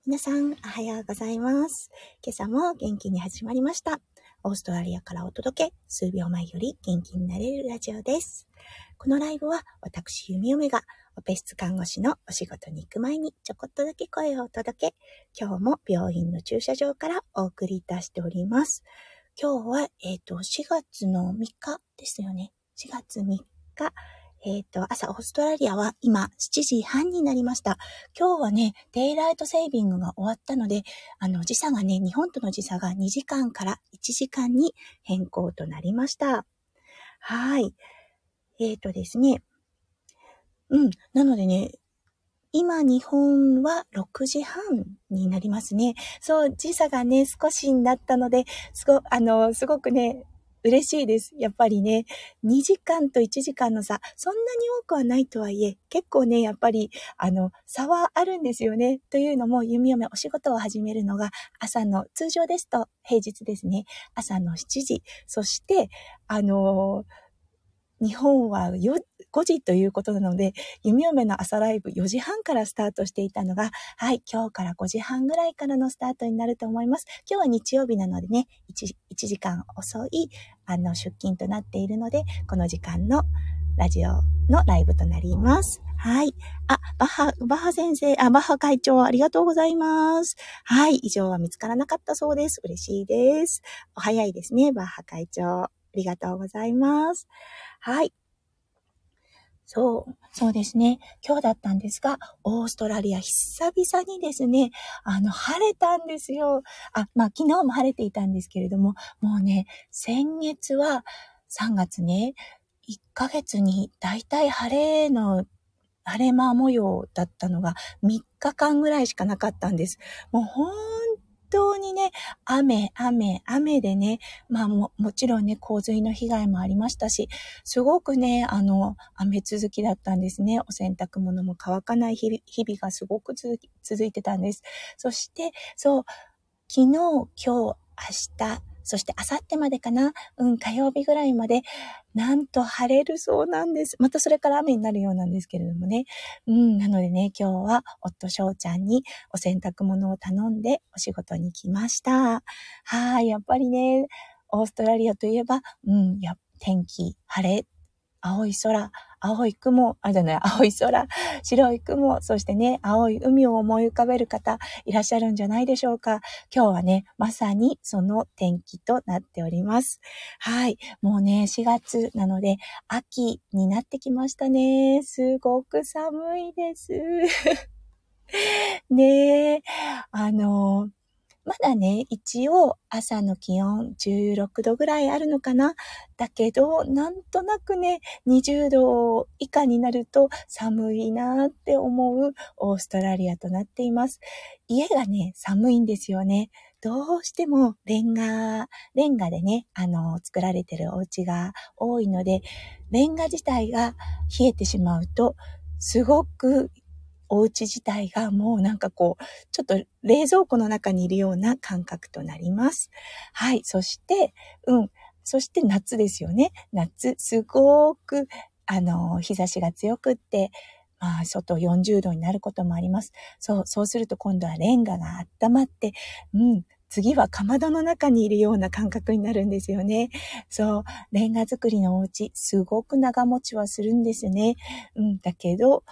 皆さん、おはようございます。今朝も元気に始まりました。オーストラリアからお届け、数秒前より元気になれるラジオです。このライブは、私、弓嫁が、オペ室看護師のお仕事に行く前にちょこっとだけ声をお届け、今日も病院の駐車場からお送りいたしております。今日は、4月の3日ですよね。4月3日。朝、オーストラリアは今7時半になりました。今日はね、デイライトセービングが終わったので、時差がね、日本との時差が2時間から1時間に変更となりました。はい。ですね。なのでね、今日本は6時半になりますね。そう、時差がね、少しになったので、すごくね、嬉しいです。やっぱりね、2時間と1時間の差、そんなに多くはないとはいえ、結構ね、やっぱり、差はあるんですよね。というのも、弓嫁お仕事を始めるのが、朝の、通常ですと平日ですね、朝の7時、そして、日本は5時ということなので、弓嫁の朝ライブ4時半からスタートしていたのが、はい、今日から5時半ぐらいからのスタートになると思います。今日は日曜日なのでね、1時間遅い、出勤となっているので、この時間のラジオのライブとなります。はい。バッハ先生、バッハ会長ありがとうございます。はい、以上は見つからなかったそうです。嬉しいです。お早いですね、バッハ会長。ありがとうございます。はい。そうですね。今日だったんですが、オーストラリア久々にですね、晴れたんですよ。昨日も晴れていたんですけれども、もうね、先月は3月ね、1ヶ月にだいたい晴れ間模様だったのが3日間ぐらいしかなかったんです。もう本当にね、雨でね、もちろんね、洪水の被害もありましたし、すごくね、雨続きだったんですね。お洗濯物も乾かない日々がすごく続いてたんです。そして、昨日、今日、明日、そして明後日までかな、火曜日ぐらいまで、なんと晴れるそうなんです。またそれから雨になるようなんですけれどもね。なのでね、今日は夫翔ちゃんにお洗濯物を頼んでお仕事に来ました。はい、やっぱりね、オーストラリアといえば、天気、晴れ、青い空、青い雲、青い空、白い雲、そしてね、青い海を思い浮かべる方いらっしゃるんじゃないでしょうか。今日はね、まさにその天気となっております。はい。もうね、4月なので、秋になってきましたね。すごく寒いです。ねえ、まだね、一応朝の気温16度ぐらいあるのかな。だけど、なんとなくね、20度以下になると寒いなって思うオーストラリアとなっています。家がね、寒いんですよね。どうしてもレンガでね、作られてるお家が多いので、レンガ自体が冷えてしまうと、すごくお家自体がもうなんかこう、ちょっと冷蔵庫の中にいるような感覚となります。はい。そして、夏ですよね。夏、すごく、日差しが強くって、外40度になることもあります。そうすると今度はレンガが温まって、次はかまどの中にいるような感覚になるんですよね。レンガ作りのお家、すごく長持ちはするんですね。だけど、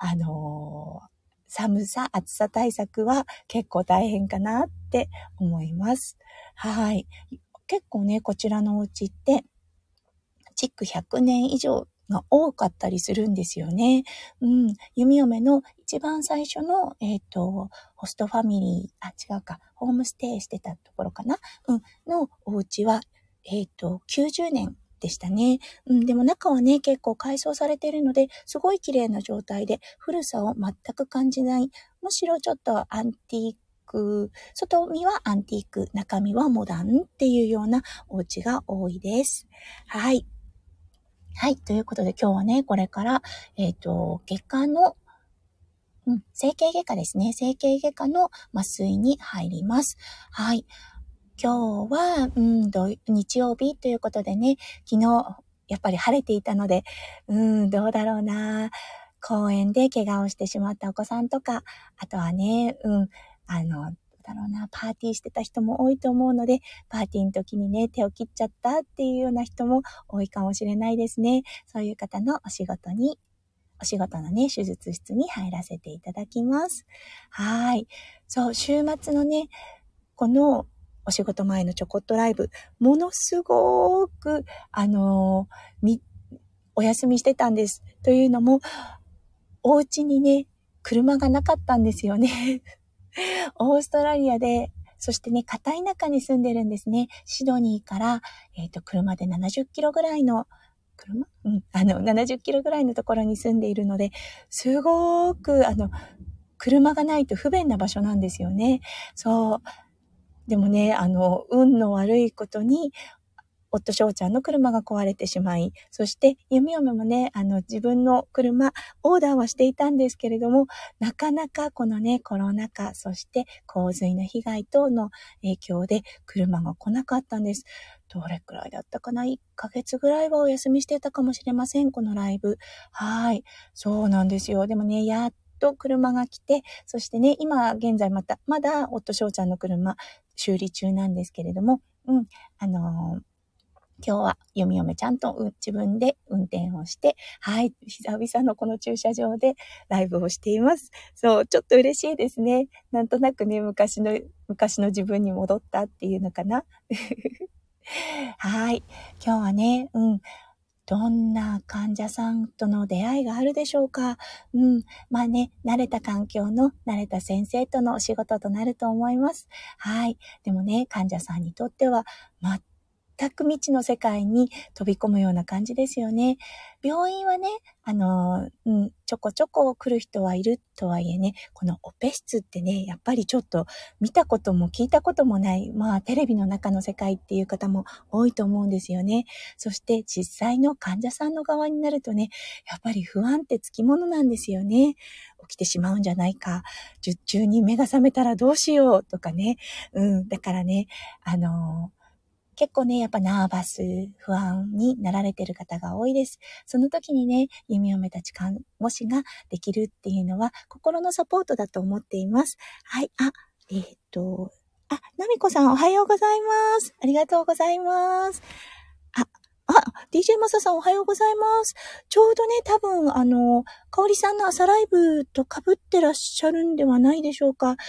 寒さ、暑さ対策は結構大変かなって思います。はい。結構ね、こちらのお家って、築100年以上が多かったりするんですよね。弓嫁の一番最初の、ホストファミリー、違うか、ホームステイしてたところかな、のお家は、90年でしたね。でも中はね、結構改装されているので、すごい綺麗な状態で、古さを全く感じない。むしろちょっとアンティーク、外見はアンティーク、中身はモダンっていうようなお家が多いです。はい。はい。ということで今日はね、これから、外科の、整形外科ですね。整形外科の麻酔に入ります。はい。今日は、日曜日ということでね、昨日、やっぱり晴れていたので、どうだろうな。公園で怪我をしてしまったお子さんとか、あとはね、 だろうな、パーティーしてた人も多いと思うので、パーティーの時にね、手を切っちゃったっていうような人も多いかもしれないですね。そういう方のお仕事のね、手術室に入らせていただきます。はい。そう、週末のね、このお仕事前のちょこっとライブ、ものすごく、お休みしてたんです。というのも、お家にね、車がなかったんですよね。オーストラリアで、そしてね、片田舎に住んでるんですね。シドニーから、車で70キロぐらいの、70キロぐらいのところに住んでいるので、すごく、車がないと不便な場所なんですよね。そう。でもね、運の悪いことに、夫翔ちゃんの車が壊れてしまい、そして弓嫁もね、自分の車、オーダーはしていたんですけれども、なかなかこのね、コロナ禍、そして洪水の被害等の影響で車が来なかったんです。どれくらいだったかな ?1 ヶ月ぐらいはお休みしてたかもしれません、このライブ。はい。そうなんですよ。でもね、やっと車が来て、そしてね、今現在まだ夫翔ちゃんの車修理中なんですけれども、今日は弓嫁ちゃんと自分で運転をして、はい、久々のこの駐車場でライブをしています。そう、ちょっと嬉しいですね。なんとなくね、昔の自分に戻ったっていうのかな。はい、今日はね、どんな患者さんとの出会いがあるでしょうか。まあね、慣れた環境の慣れた先生とのお仕事となると思います。はい。でもね、患者さんにとっては、全く未知の世界に飛び込むような感じですよね。病院はね、ちょこちょこ来る人はいるとはいえね、このオペ室ってね、やっぱりちょっと見たことも聞いたこともない、テレビの中の世界っていう方も多いと思うんですよね。そして実際の患者さんの側になるとね、やっぱり不安ってつきものなんですよね。起きてしまうんじゃないか、術中に目が覚めたらどうしようとかね。だからね、結構ね、やっぱナーバス、不安になられてる方が多いです。その時にね、弓嫁たち看護師ができるっていうのは、心のサポートだと思っています。はい、なみこさんおはようございます。ありがとうございます。DJ マサさんおはようございます。ちょうどね、多分、かおりさんの朝ライブと被ってらっしゃるんではないでしょうか。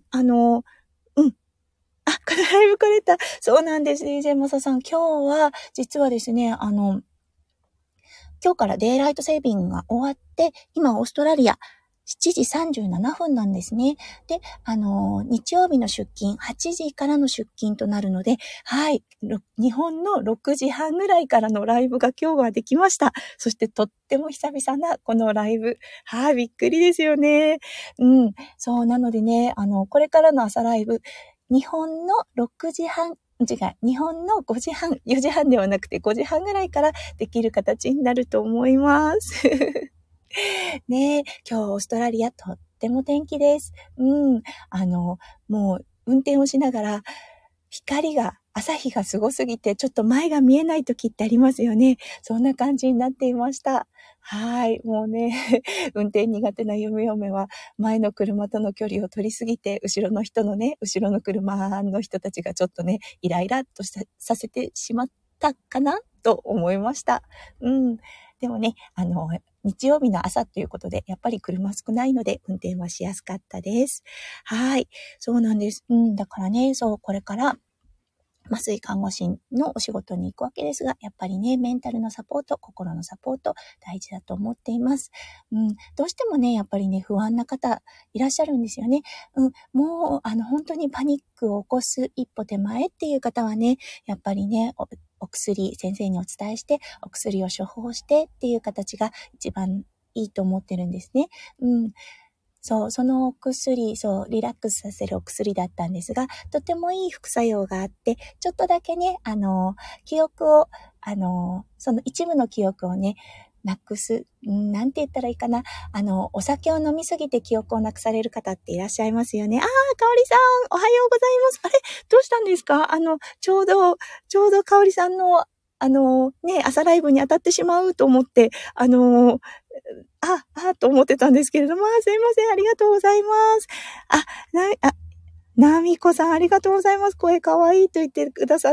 このライブ来れた。そうなんです、DJ マサさん。今日は、実はですね、今日からデイライトセービングが終わって、今、オーストラリア、7時37分なんですね。で、日曜日の出勤、8時からの出勤となるので、はい、日本の6時半ぐらいからのライブが今日はできました。そしてとっても久々なこのライブ。はい、びっくりですよね。そう、なのでね、これからの朝ライブ、日本の6時半、日本の5時半、4時半ではなくて5時半ぐらいからできる形になると思います。ねえ、今日オーストラリアとっても天気です。もう運転をしながら朝日がすごすぎてちょっと前が見えない時ってありますよね。そんな感じになっていました。はい。もうね、運転苦手な嫁は前の車との距離を取りすぎて、後ろの車の人たちがちょっとね、イライラっとさせてしまったかなと思いました。でもね、日曜日の朝ということで、やっぱり車少ないので運転はしやすかったです。はい。そうなんです。だからね、これから麻酔看護師のお仕事に行くわけですが、やっぱりね、メンタルのサポート、心のサポート、大事だと思っています。どうしてもね、やっぱりね、不安な方いらっしゃるんですよね。もう、本当にパニックを起こす一歩手前っていう方はね、やっぱりね、お薬、先生にお伝えして、お薬を処方してっていう形が一番いいと思ってるんですね。そのお薬、リラックスさせるお薬だったんですが、とてもいい副作用があって、ちょっとだけね、記憶を、その一部の記憶をね、なくす、なんて言ったらいいかな。お酒を飲みすぎて記憶をなくされる方っていらっしゃいますよね。かおりさん、おはようございます。あれどうしたんですか？ちょうどかおりさんの、朝ライブに当たってしまうと思って、 と思ってたんですけれども、すいません、ありがとうございます。なみこさん、ありがとうございます。声かわいいと言ってくださって、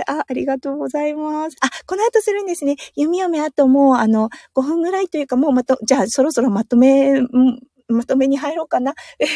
ありがとうございます。この後するんですね。弓嫁、あともう、5分ぐらいというか、もうじゃあ、そろそろまとめに入ろうかな。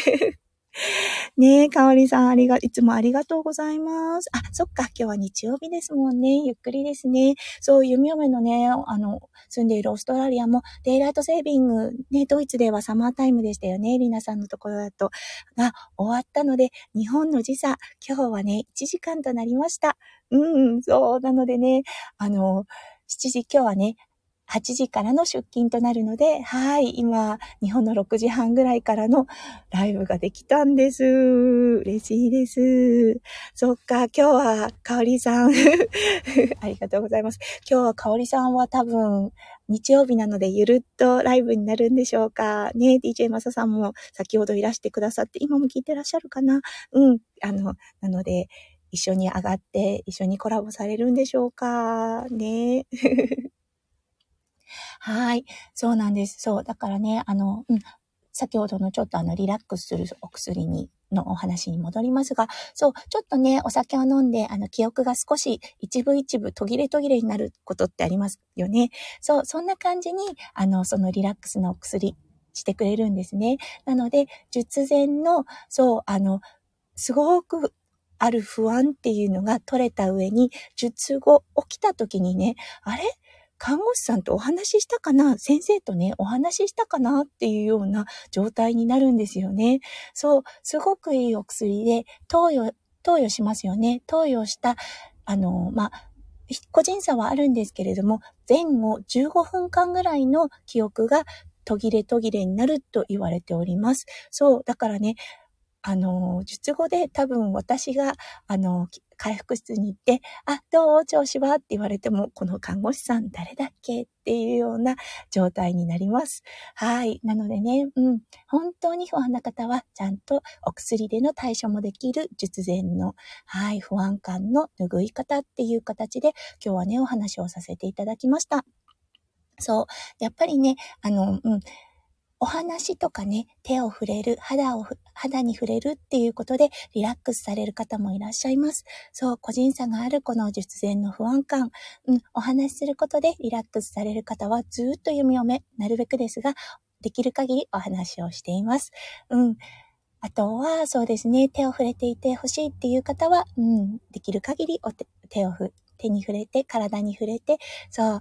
ねえ、かおりさん、いつもありがとうございます。そっか、今日は日曜日ですもんね。ゆっくりですね。そう、弓嫁のね、住んでいるオーストラリアも、デイライトセービング、ね、ドイツではサマータイムでしたよね。りなさんのところだと。が、終わったので、日本の時差、今日はね、1時間となりました。そう、なのでね、7時、今日はね、8時からの出勤となるので、はい、今、日本の6時半ぐらいからのライブができたんです。嬉しいです。そっか、今日は、かおりさん。ありがとうございます。今日はかおりさんは多分、日曜日なのでゆるっとライブになるんでしょうか。ね、DJ マサさんも先ほどいらしてくださって、今も聞いてらっしゃるかな。なので、一緒に上がって、一緒にコラボされるんでしょうか。ね。はい。そうなんです。そう。だからね、先ほどのちょっとリラックスするお薬のお話に戻りますが、そう、ちょっとね、お酒を飲んで、記憶が少し一部途切れになることってありますよね。そう、そんな感じに、そのリラックスのお薬してくれるんですね。なので、術前の、そう、すごくある不安っていうのが取れた上に、術後起きた時にね、あれ看護師さんとお話ししたかな、先生とね、お話ししたかなっていうような状態になるんですよね。そう、すごくいいお薬で、投与しますよね。投与した、個人差はあるんですけれども、前後15分間ぐらいの記憶が途切れになると言われております。そう、だからね、術後で多分私が、回復室に行って、どう調子はって言われても、この看護師さん誰だっけっていうような状態になります。はい。なのでね、本当に不安な方は、ちゃんとお薬での対処もできる術前の、はい、不安感の拭い方っていう形で、今日はね、お話をさせていただきました。そう。やっぱりね、お話とかね、手を触れる、肌に触れるっていうことでリラックスされる方もいらっしゃいます。そう、個人差があるこの術前の不安感、お話しすることでリラックスされる方はずっと弓嫁、なるべくですが、できる限りお話をしています。あとは、そうですね、手を触れていてほしいっていう方は、できる限り手に触れて、体に触れて、そう、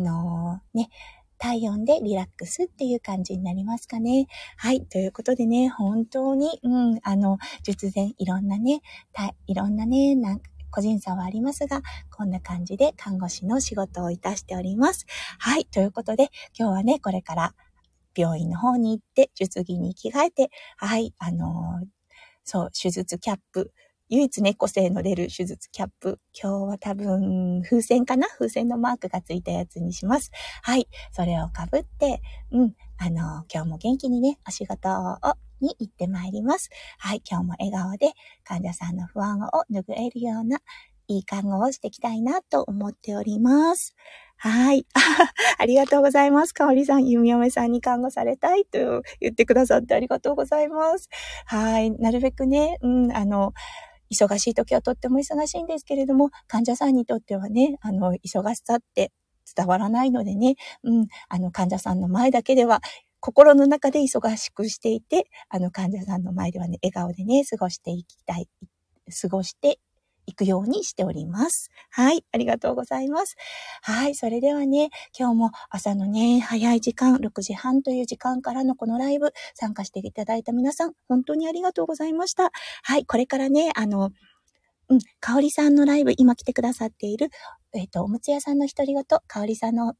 体温でリラックスっていう感じになりますかね。はい。ということでね、本当に、術前いろんなね、個人差はありますが、こんな感じで看護師の仕事をいたしております。はい。ということで、今日はね、これから病院の方に行って、術着に着替えて、はい。手術キャップ、唯一ね、個性の出る手術キャップ。今日は多分、風船のマークがついたやつにします。はい。それをかぶって、今日も元気にね、お仕事に行ってまいります。はい。今日も笑顔で患者さんの不安を拭えるような、いい看護をしていきたいなと思っております。はい。ありがとうございます。かおりさん、弓嫁さんに看護されたいと言ってくださってありがとうございます。はい。なるべくね、忙しい時はとっても忙しいんですけれども、患者さんにとってはね、忙しさって伝わらないのでね、患者さんの前だけでは、心の中で忙しくしていて、患者さんの前ではね、笑顔でね、過ごしていくようにしております。はい、ありがとうございます。はい、それではね、今日も朝のね、早い時間、6時半という時間からのこのライブ、参加していただいた皆さん、本当にありがとうございました。はい、これからね、かおりさんのライブ、今来てくださっている、おむつ屋さんの独り言、かおりさんの、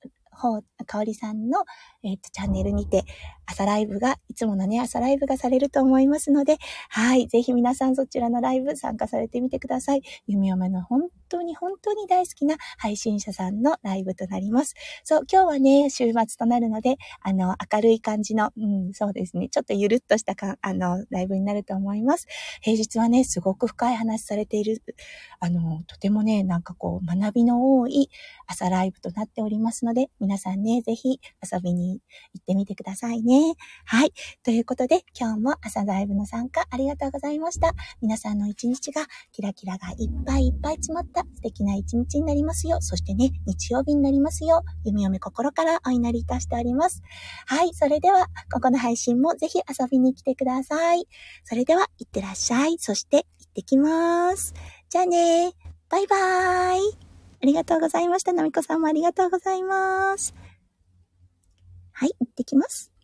チャンネルにて、いつものね、朝ライブがされると思いますので、はい、ぜひ皆さんそちらのライブ参加されてみてください。弓嫁の本当に大好きな配信者さんのライブとなります。そう、今日はね、週末となるので、明るい感じの、そうですね、ちょっとゆるっとしたライブになると思います。平日はね、すごく深い話されている、とてもね、学びの多い朝ライブとなっておりますので、皆さんね、ぜひ遊びにに行ってみてくださいね。はい。ということで、今日も朝ライブの参加ありがとうございました。皆さんの一日がキラキラがいっぱいいっぱい詰まった素敵な一日になりますよ。そしてね、日曜日になりますよ。弓嫁心からお祈りいたしております。はい。それでは、ここの配信もぜひ遊びに来てください。それでは、いってらっしゃい。そして、行ってきます。じゃあね。バイバーイ。ありがとうございました。なみこさんもありがとうございます。はい、行ってきます。